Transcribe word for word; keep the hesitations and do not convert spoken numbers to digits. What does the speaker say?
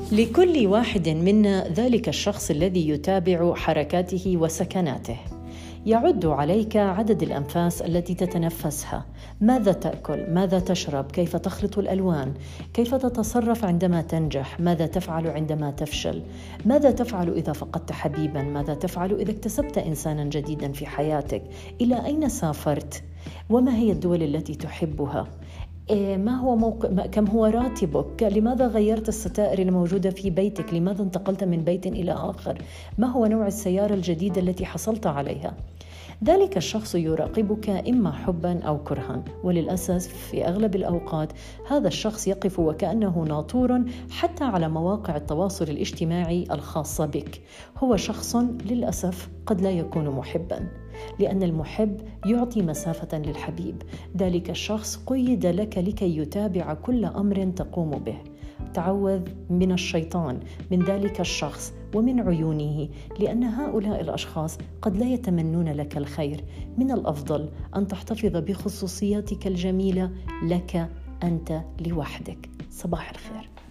لكل واحد منا ذلك الشخص الذي يتابع حركاته وسكناته. يعد عليك عدد الأنفاس التي تتنفسها، ماذا تأكل، ماذا تشرب، كيف تخلط الألوان، كيف تتصرف عندما تنجح، ماذا تفعل عندما تفشل، ماذا تفعل إذا فقدت حبيباً، ماذا تفعل إذا اكتسبت إنساناً جديداً في حياتك، إلى أين سافرت، وما هي الدول التي تحبها، ما هو موقع، كم هو راتبك، لماذا غيرت الستائر الموجودة في بيتك، لماذا انتقلت من بيت إلى آخر، ما هو نوع السيارة الجديدة التي حصلت عليها. ذلك الشخص يراقبك إما حباً أو كرها، وللأسف في أغلب الأوقات هذا الشخص يقف وكأنه ناطور حتى على مواقع التواصل الاجتماعي الخاصة بك. هو شخص للأسف قد لا يكون محباً، لأن المحب يعطي مسافة للحبيب. ذلك الشخص قيد لك لكي يتابع كل أمر تقوم به. تعوذ من الشيطان، من ذلك الشخص ومن عيونه، لأن هؤلاء الأشخاص قد لا يتمنون لك الخير. من الأفضل أن تحتفظ بخصوصياتك الجميلة لك أنت لوحدك. صباح الخير.